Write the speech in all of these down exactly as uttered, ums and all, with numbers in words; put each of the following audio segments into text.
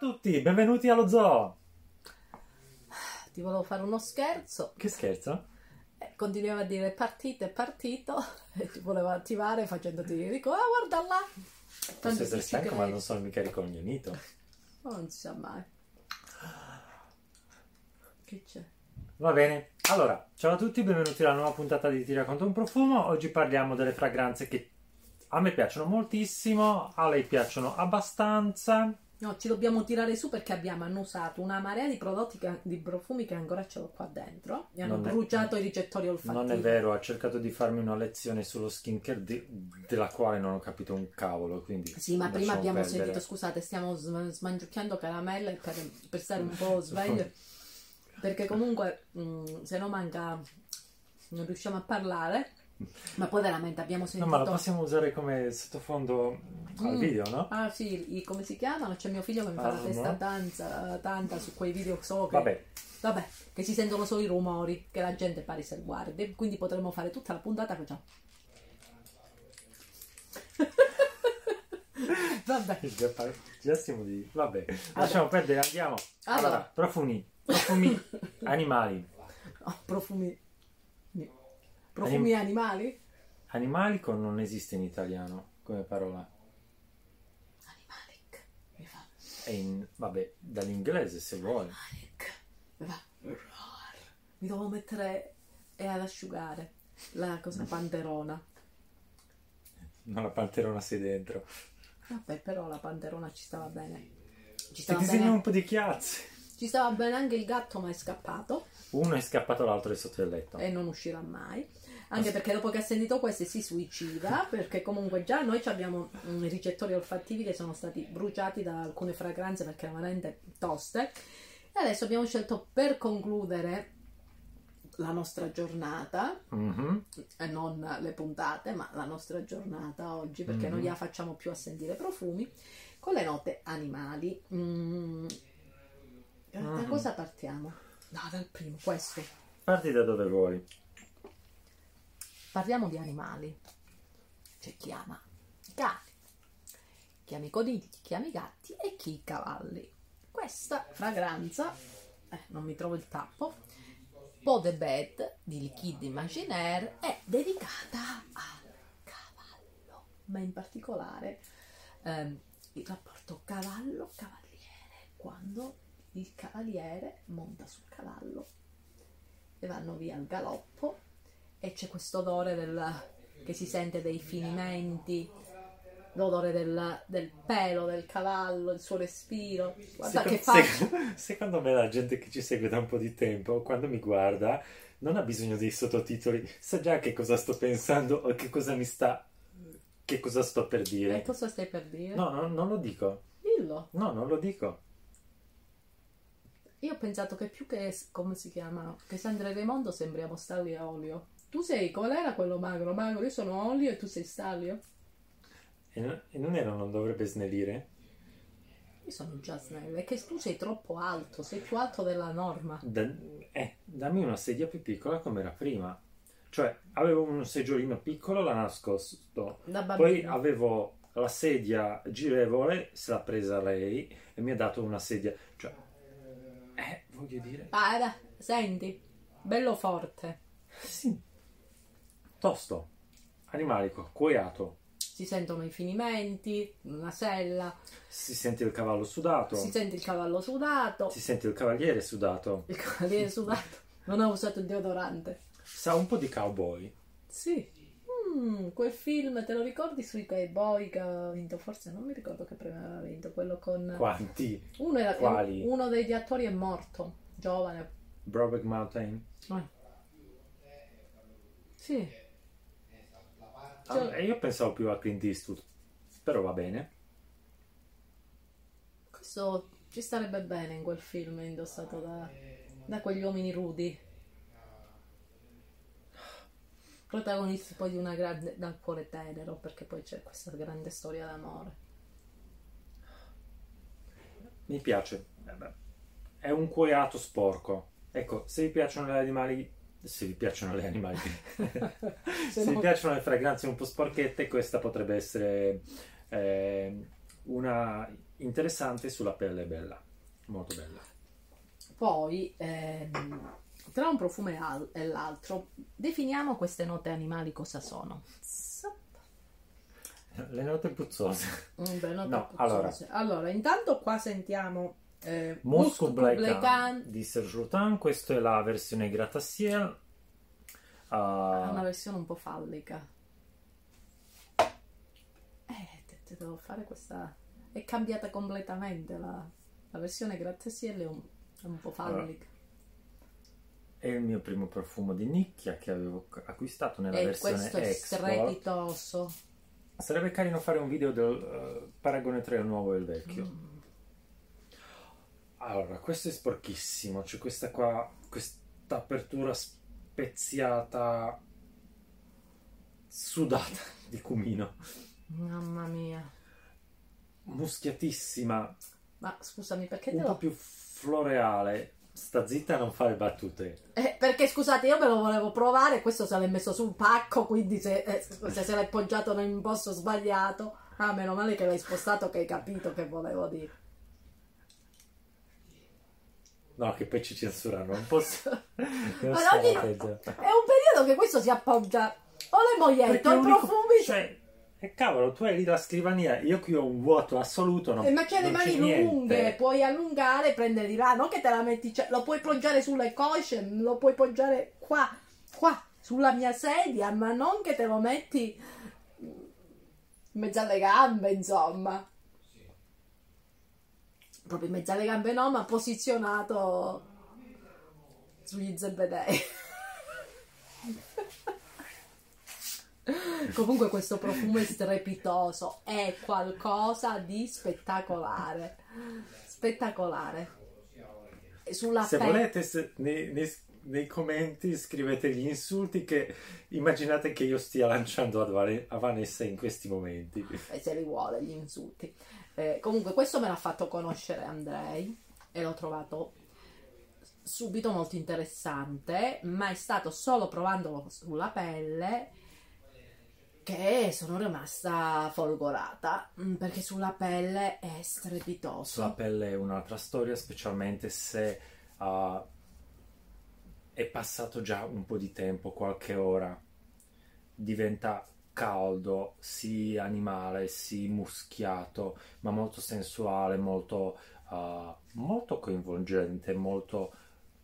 tutti, benvenuti allo zoo. Ti volevo fare uno scherzo. Che scherzo? Eh, continuiamo a dire partito, è partito e ti volevo attivare facendoti dico, ah guarda là. Posso essere stanco ma non sono mica ricognito. Oh, non si sa mai. Che c'è? Va bene, allora, ciao a tutti, benvenuti alla nuova puntata di Ti racconto un profumo. Oggi parliamo delle fragranze che a me piacciono moltissimo, a lei piacciono abbastanza. No, ci dobbiamo tirare su perché abbiamo annusato una marea di prodotti, che, di profumi che ancora ce l'ho qua dentro e hanno Non è- bruciato i ricettori olfattivi. Non è vero, ha cercato di farmi una lezione sullo skincare di- della quale non ho capito un cavolo, quindi Sì, ma prima lasciamo abbiamo perdere. sentito, scusate, stiamo sm- smangiucchiando caramelle per, per stare un po' svegli, perché comunque mh, se no manca, non riusciamo a parlare, ma poi veramente abbiamo No, sentito... ma lo possiamo usare come sottofondo al Mm. video, no? Ah sì, i- come si chiamano? C'è mio figlio che mi fa Ah, la testa no? danza, tanta su quei video so che... Vabbè, Vabbè, che si sentono solo i rumori, che la gente pare se guardi, quindi potremmo fare tutta la puntata così. Vabbè. già, par- già stiamo di... Vabbè, lasciamo perdere, andiamo. Allora, Allora. profumi, profumi animali. Oh, profumi... Profumi animali? Animali con non esiste in italiano come parola. Animalic. Mi fa... È in, vabbè, dall'inglese se vuole. Animalic. Mi fa... roar. Mi devo mettere e ad asciugare la cosa panterona. Non la panterona sei dentro. Vabbè, però la panterona ci stava bene. Ci Ti stava disegni bene, un po' di chiazze. ci stava bene anche il gatto, ma è scappato Uno è scappato, l'altro è sotto il letto. e non uscirà mai. Anche perché dopo che ha sentito queste si suicida, perché comunque già noi ci abbiamo mm, i ricettori olfattivi che sono stati bruciati da alcune fragranze perché erano veramente toste. E adesso abbiamo scelto per concludere la nostra giornata, Mhm. e non le puntate, ma la nostra giornata oggi, perché Mhm. non la facciamo più a sentire profumi, con le note animali. Mm. Da Mhm. cosa partiamo? No, dal primo, questo. Parti da dove vuoi. Parliamo di animali. C'è chi ama i cani, chi ama i conigli, chi ama i gatti e chi i cavalli. Questa fragranza, eh, non mi trovo il tappo, Peau de Bête di Liquide Imaginaire è dedicata al cavallo, ma in particolare ehm, il rapporto cavallo-cavaliere, quando il cavaliere monta sul cavallo e vanno via al galoppo e c'è questo odore del, che si sente dei finimenti, l'odore del, del pelo del cavallo, il suo respiro. Guarda che Secondo, faccia. secondo- secondo me la gente che ci segue da un po' di tempo, quando mi guarda, non ha bisogno dei sottotitoli, sa già che cosa sto pensando o che cosa mi sta... che cosa sto per E dire. cosa stai per dire? No, no, non lo dico. Dillo. No, non lo dico. Io ho pensato che più che, come si chiama, che Sandra e Raimondo sembriamo Stanlio e Olio. Tu sei, qual era quello magro? Magro, io sono Olio e tu sei Stanlio. E non, e non era, non dovrebbe snellire? Io sono già snella, è che tu sei troppo alto, sei più alto della norma. Da- eh, dammi una sedia più piccola come era prima. Cioè, avevo un seggiolino piccolo, l'ha nascosto. Da Poi bambino. avevo la sedia girevole, se l'ha presa lei e mi ha dato una sedia. Cioè, eh, voglio dire... Ah, era, senti, bello forte. Sì. Tosto. Animalico, cuoiato. Si sentono i finimenti, una sella, Si sente il cavallo sudato. si sente il cavallo sudato, Si sente il cavaliere sudato. il cavaliere sudato, non ha usato il deodorante. Sa un po' di cowboy. Sì. Mm, quel film, te lo ricordi sui cowboy che ha vinto? Forse non mi ricordo che premio aveva vinto, quello con... Quanti? Uno, era, Quali? uno degli attori è morto, giovane. Brokeback Mountain. Eh. Sì. Ah, e io pensavo più a Clint Eastwood. Però va bene. Questo ci starebbe bene in quel film indossato da, da quegli uomini rudi. Protagonisti poi di una grande, dal cuore tenero, perché poi c'è questa grande storia d'amore. Mi piace. Eh beh, è un cuoiato sporco. Ecco, se vi piacciono gli animali... Se vi piacciono gli animali... se no- vi piacciono le fragranze un po' sporchette, questa potrebbe essere... eh, una interessante sulla pelle bella, molto bella. Poi ehm, tra un profumo e, al- e l'altro definiamo queste note animali cosa sono. Zap. Le note puzzose. Mm, beh, note No, puzzose. Allora, intanto qua sentiamo eh, Musc Musc Bleu Blécan. di Serge Lutens, questa è la versione Grattaciel. Ha Uh, una versione un po' fallica. Eh, te, te devo fare questa. È cambiata completamente la, la versione Grattaciel è un, è un po' fallica. è il mio primo profumo di nicchia che avevo acquistato nella E versione questo è Export. strepitoso. Sarebbe carino fare un video del uh, paragone tra il nuovo e il vecchio. Mm. Allora, questo è sporchissimo. C'è questa qua, questa apertura speziata, sudata di cumino. Mamma mia. Muschiatissima, Ma scusami, perché te un po' lo... più floreale. Sta zitta, non fare battute. Eh, perché scusate, io me lo volevo provare, questo se l'è messo sul pacco, quindi se, eh, se se l'è poggiato nel posto sbagliato. Ah, meno male che l'hai spostato, che hai capito che volevo dire. No, che poi ci censurano, non posso. Non Ma so, ogni- peggio. È un periodo che questo si appoggia o le mogliette Perché o è i l'unico- profumi. Cioè, e cavolo, tu hai lì la scrivania, io qui ho un vuoto assoluto. Non, Eh, ma c'è le non mani niente. lunghe, puoi allungare, prendere di là, non che te la metti, cioè, lo puoi poggiare sulle cosce, lo puoi poggiare qua, qua, sulla mia sedia, ma non che te lo metti in mezzo alle gambe, insomma. Proprio in mezzo alle gambe no, ma posizionato sugli zebedei. Comunque questo profumo è strepitoso, è qualcosa di spettacolare, spettacolare. E sulla Se pelle, volete, se- nei, nei- nei commenti scrivete gli insulti che immaginate che io stia lanciando a, Vane- a Vanessa in questi momenti. e se li vuole gli insulti. Eh, comunque questo me l'ha fatto conoscere Andrei e l'ho trovato subito molto interessante, ma è stato solo provandolo sulla pelle che sono rimasta folgorata, mm, perché sulla pelle è strepitoso. Sulla pelle è un'altra storia, specialmente se uh, è passato già un po' di tempo, qualche ora. Diventa caldo, sì animale, sì muschiato, ma molto sensuale, molto, uh, molto coinvolgente, molto,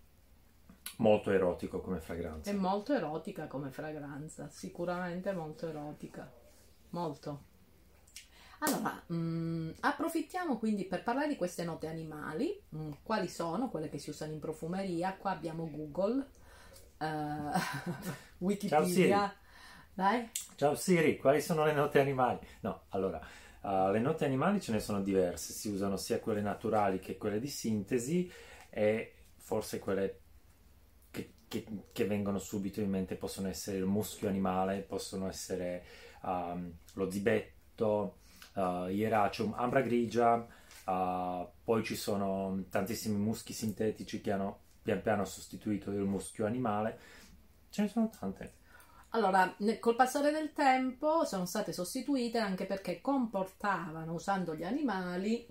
molto erotico come fragranza. È molto erotica come fragranza, sicuramente molto erotica, molto. Allora, mm, approfittiamo quindi per parlare di queste note animali. Mm, quali sono quelle che si usano in profumeria? Qua abbiamo Google, eh, Wikipedia. Dai. Ciao Siri, quali sono le note animali? No, allora, uh, le note animali ce ne sono diverse, si usano sia quelle naturali che quelle di sintesi e forse quelle che, che- che vengono subito in mente possono essere il muschio animale, possono essere um, lo zibetto, uh, Hieracium, ambra grigia, uh, poi ci sono tantissimi muschi sintetici che hanno pian piano sostituito il muschio animale, ce ne sono tante. Allora, nel- col passare del tempo sono state sostituite anche perché comportavano, usando gli animali,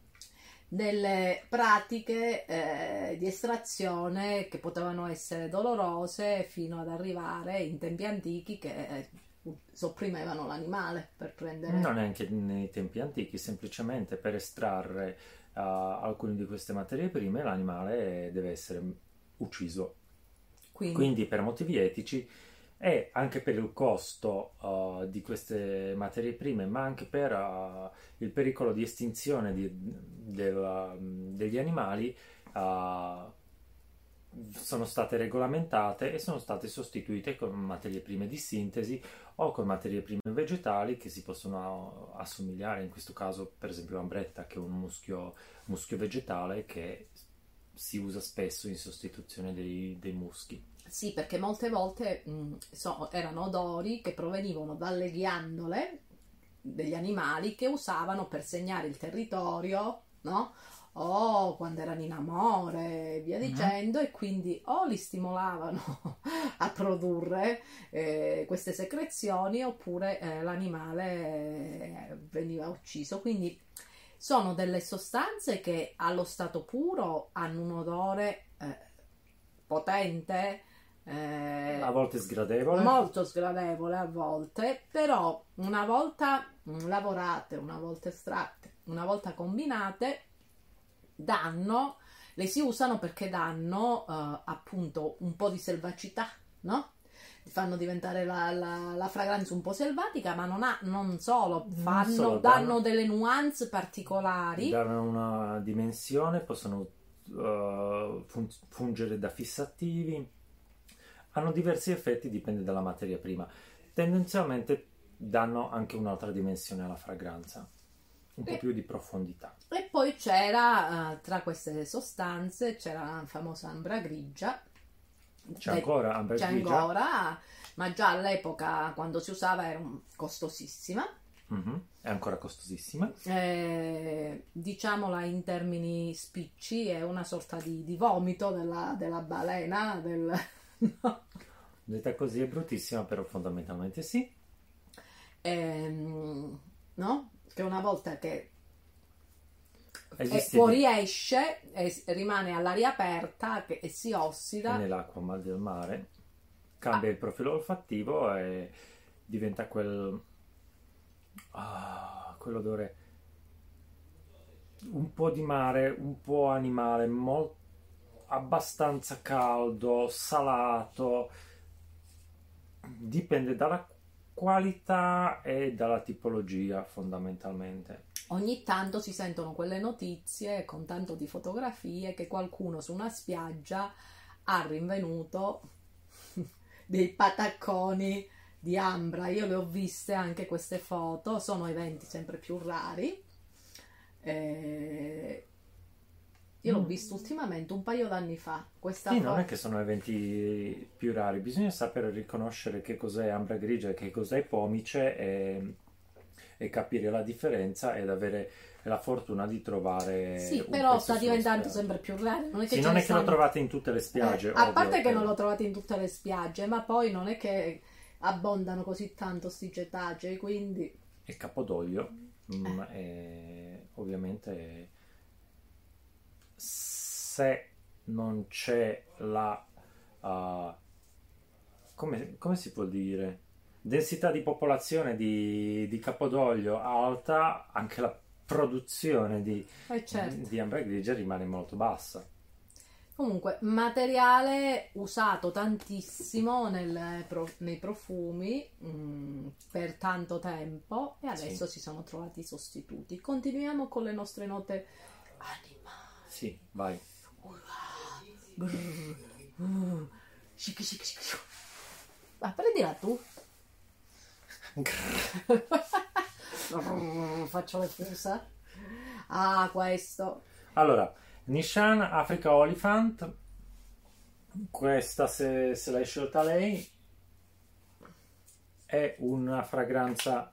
delle pratiche eh, di estrazione che potevano essere dolorose fino ad arrivare in tempi antichi che eh, sopprimevano l'animale per prendere... Non neanche nei tempi antichi, semplicemente per estrarre uh, alcune di queste materie prime l'animale deve essere ucciso. Quindi, Quindi per motivi etici e anche per il costo uh, di queste materie prime, ma anche per uh, il pericolo di estinzione di- del- degli animali, uh, sono state regolamentate e sono state sostituite con materie prime di sintesi o con materie prime vegetali che si possono assomigliare, in questo caso per esempio l'ambretta, che è un muschio, muschio vegetale che si usa spesso in sostituzione dei, dei muschi. sì, perché molte volte mh, so- erano odori che provenivano dalle ghiandole degli animali che usavano per segnare il territorio, no? o quando erano in amore e via Mhm. dicendo, e quindi o li stimolavano a produrre eh, queste secrezioni oppure eh, l'animale eh, veniva ucciso. Quindi sono delle sostanze che allo stato puro hanno un odore eh, potente, eh, A volte sgradevole. molto sgradevole a volte, però una volta mm, lavorate, una volta estratte, una volta combinate, danno, le si usano perché danno eh, appunto un po' di selvagità, no? Fanno diventare la, la- la fragranza un po' selvatica, ma non, ha, non solo, Non fanno, solo, danno danno- delle nuance particolari. Danno una dimensione, possono uh, fun- fungere da fissativi, hanno diversi effetti, dipende dalla materia prima. Tendenzialmente danno anche un'altra dimensione alla fragranza, un po' E, più di profondità. e poi c'era, eh, tra queste sostanze, c'era la famosa ambra grigia, C'è de- ancora Amber c'è Grigia. ancora, ma già all'epoca quando si usava era un- costosissima. Mhm. È ancora costosissima. Eh, diciamola in termini spicci, è una sorta di, di vomito della, della balena, del... no. Detta così è bruttissima, però fondamentalmente sì. Ehm, no? Che una volta che eh, Esiste fuoriesce e s- rimane all'aria aperta che- e si ossida. nell'acqua ma- del mare, cambia Ah, il profilo olfattivo e diventa quel ah, quell'odore un po' di mare, un po' animale, mol- abbastanza caldo, salato, dipende dalla qualità e dalla tipologia fondamentalmente. ogni tanto si sentono quelle notizie con tanto di fotografie che qualcuno su una spiaggia ha rinvenuto dei patacconi di ambra. Io le ho viste anche queste foto, sono eventi sempre più rari. Eh, io l'ho Mm. visto ultimamente un paio d'anni fa. Questa Sì, non è foto. che sono eventi più rari, bisogna sapere riconoscere che cos'è ambra grigia e che cos'è pomice e, e capire la differenza ed avere la fortuna di trovare Sì, un però pezzo sta sulla diventando spiaggia. sempre più raro. Non è che Sì, ce non ne è che lo stanno. trovate in tutte le spiagge, Eh, a ovvio, parte che non però- lo trovate in tutte le spiagge, ma poi non è che abbondano così tanto sti cetacei, quindi E Capodoglio, mm, eh, e ovviamente se non c'è la, uh, come, come si può dire, densità di popolazione di, di Capodoglio alta, anche la produzione di, eh, certo. di ambra grigia rimane molto bassa. Comunque, materiale usato tantissimo nel pro- nei profumi mm, per tanto tempo e adesso Sì, si sono trovati i sostituti. Continuiamo con le nostre note animali. sì, vai. Brrr. Uh. Shic, shic, shic, shic. Ah, prendila tu. Brrr, faccio le fusa. Ah, questo. Allora, Nishan Africa Oliphant, questa se, se l'hai scelta lei, è una fragranza,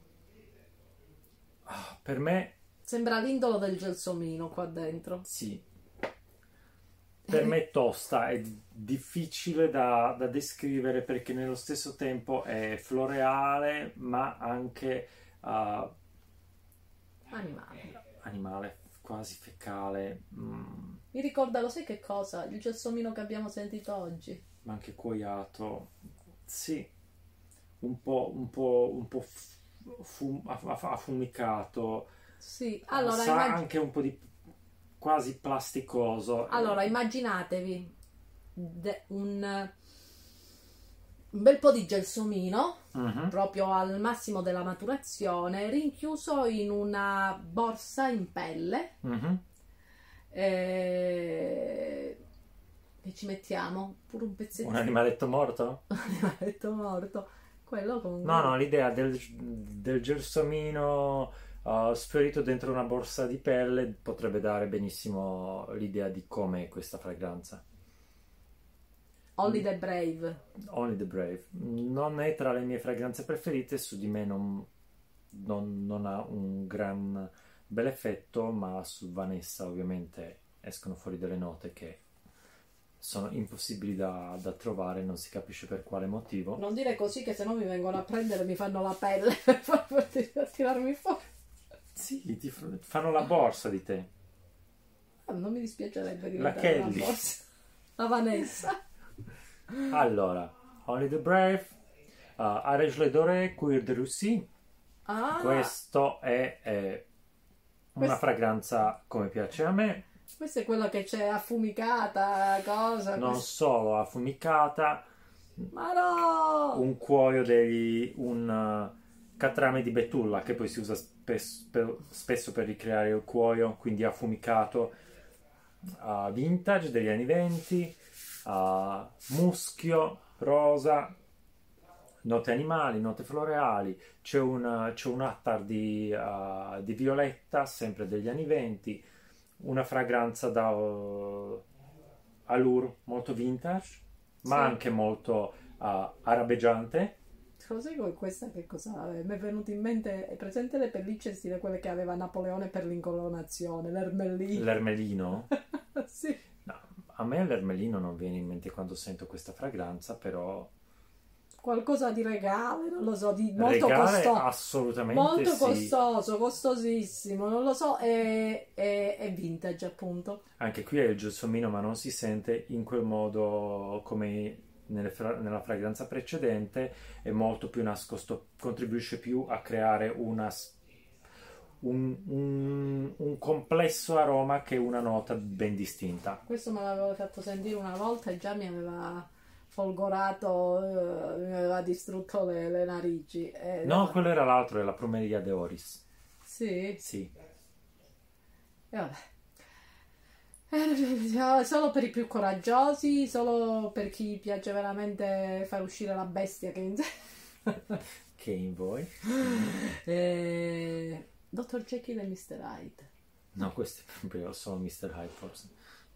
ah, per me, Sembra l'indolo del gelsomino qua dentro. sì, per me tosta, è difficile da, da descrivere perché nello stesso tempo è floreale, ma anche ah, Animale. animale, quasi fecale, mm, Mi ricorda, lo sai che cosa? Il gelsomino che abbiamo sentito oggi. ma anche cuoiato, sì, un po', un po', un po' fu- aff- affumicato, Sì, ah, allora, sa immag- anche un po' di quasi plasticoso. allora eh, immaginatevi de- un, un bel po' di gelsomino, mhm, proprio al massimo della maturazione, rinchiuso in una borsa in pelle. mhm. E... e ci mettiamo pure un pezzettino Un animaletto morto? un animaletto morto. Quello con... No, no, l'idea del, del gelsomino uh, sfiorito dentro una borsa di pelle potrebbe dare benissimo l'idea di com'è questa fragranza. Only the Brave. Only the Brave. Non è tra le mie fragranze preferite, su di me non, non- non ha un gran bel effetto, ma su Vanessa ovviamente escono fuori delle note che sono impossibili da, da trovare, non si capisce per quale motivo. Non dire così che sennò mi vengono a prendere e mi fanno la pelle per, per, per tirarmi fuori. Sì, ti f- fanno la borsa di te. Ah, non mi dispiacerebbe La diventare una Kelly. borsa. La Vanessa. Allora, Only the Brave, uh, Arège les Doré, Cuir de Russie. Ah, Questo è, è una Questo- fragranza come piace a me, questa è quella che c'è affumicata, cosa. non questa- solo affumicata, Ma no! un cuoio degli un uh, catrame di betulla che poi si usa spes- per- spesso per ricreare il cuoio, quindi affumicato, uh, vintage degli anni venti, uh, muschio, rosa, note animali, note floreali, c'è un, c'è un attar di, uh, di violetta, sempre degli anni venti, una fragranza da uh, allure molto vintage, ma Sì. anche molto uh, arabeggiante. Cos'è con questa che cosa? Mi è venuto in mente, è presente le pellicce stile quelle che aveva Napoleone per l'incoronazione, l'ermellino. L'ermelino? Sì. No, a me l'ermelino non viene in mente quando sento questa fragranza, però Qualcosa di regale, non lo so, di molto regale costoso. assolutamente Molto sì. costoso, costosissimo, non lo so, è, è- è vintage appunto. Anche qui è il gelsomino, ma non si sente in quel modo come nelle fra- nella fragranza precedente, è molto più nascosto, contribuisce più a creare una, s- un, un- un complesso aroma che una nota ben distinta. Questo me l'avevo fatto sentire una volta e già mi aveva folgorato, eh, mi aveva distrutto le, le narici. Eh, No, quello era l'altro, è la Plumeria de Oris. Sì, Sì. e vabbè. Eh, solo per i più coraggiosi, solo per chi piace veramente far uscire la bestia che in sé. Che in voi? Eh, dottor Jekyll e mister Hyde. No, questi proprio sono mister Hyde forse.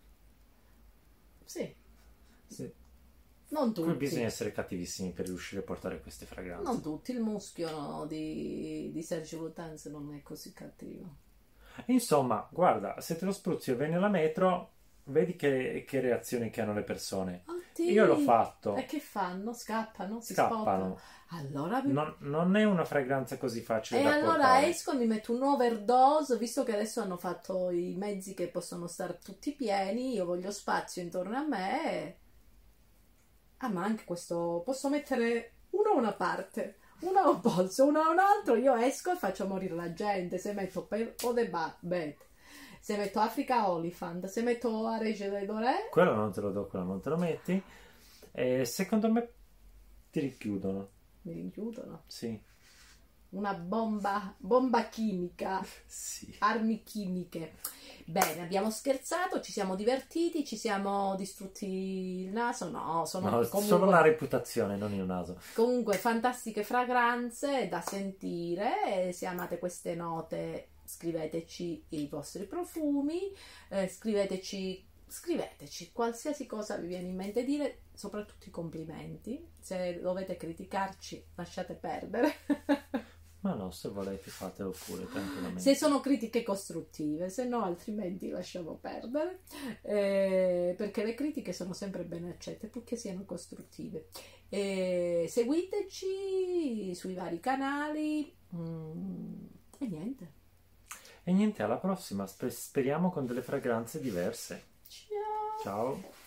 Sì, Sì. non Qui tutti. bisogna essere cattivissimi per riuscire a portare queste fragranze. Non tutti, il muschio no, di, di Serge Lutens non è così cattivo. Insomma, guarda, se te lo spruzzi e vai nella metro, vedi che, che reazioni che hanno le persone. Oddio. Io l'ho fatto. E che fanno? Scappano? Si Scappano. spottano? Allora, mi- Non, non è una fragranza così facile e da allora portare. esco, mi metto un overdose, visto che adesso hanno fatto i mezzi che possono stare tutti pieni, io voglio spazio intorno a me. e- Ah, ma anche questo, posso mettere uno a una parte, uno a un polso, uno a un altro, io esco e faccio morire la gente. Se metto per o de ba- bet, se metto Africa Oliphant, se metto Arege dei Doré, Quello non te lo do, quello non te lo metti. E secondo me ti richiudono. mi rinchiudono. Sì. Una bomba, bomba chimica. Sì. Armi chimiche. Bene, abbiamo scherzato, ci siamo divertiti, ci siamo distrutti il naso. No, sono No, comunque, solo la reputazione, non il naso. comunque fantastiche fragranze da sentire. E se amate queste note, scriveteci i vostri profumi, eh, scriveteci, scriveteci qualsiasi cosa vi viene in mente dire, soprattutto i complimenti. Se dovete criticarci, lasciate perdere. Ma no, se volete fatelo pure tranquillamente. Se sono critiche costruttive, se no altrimenti lasciamo perdere, eh, perché le critiche sono sempre ben accette, purché siano costruttive. Eh, seguiteci sui vari canali mm, e niente. E niente, alla prossima. Spe- speriamo con delle fragranze diverse. Ciao! Ciao.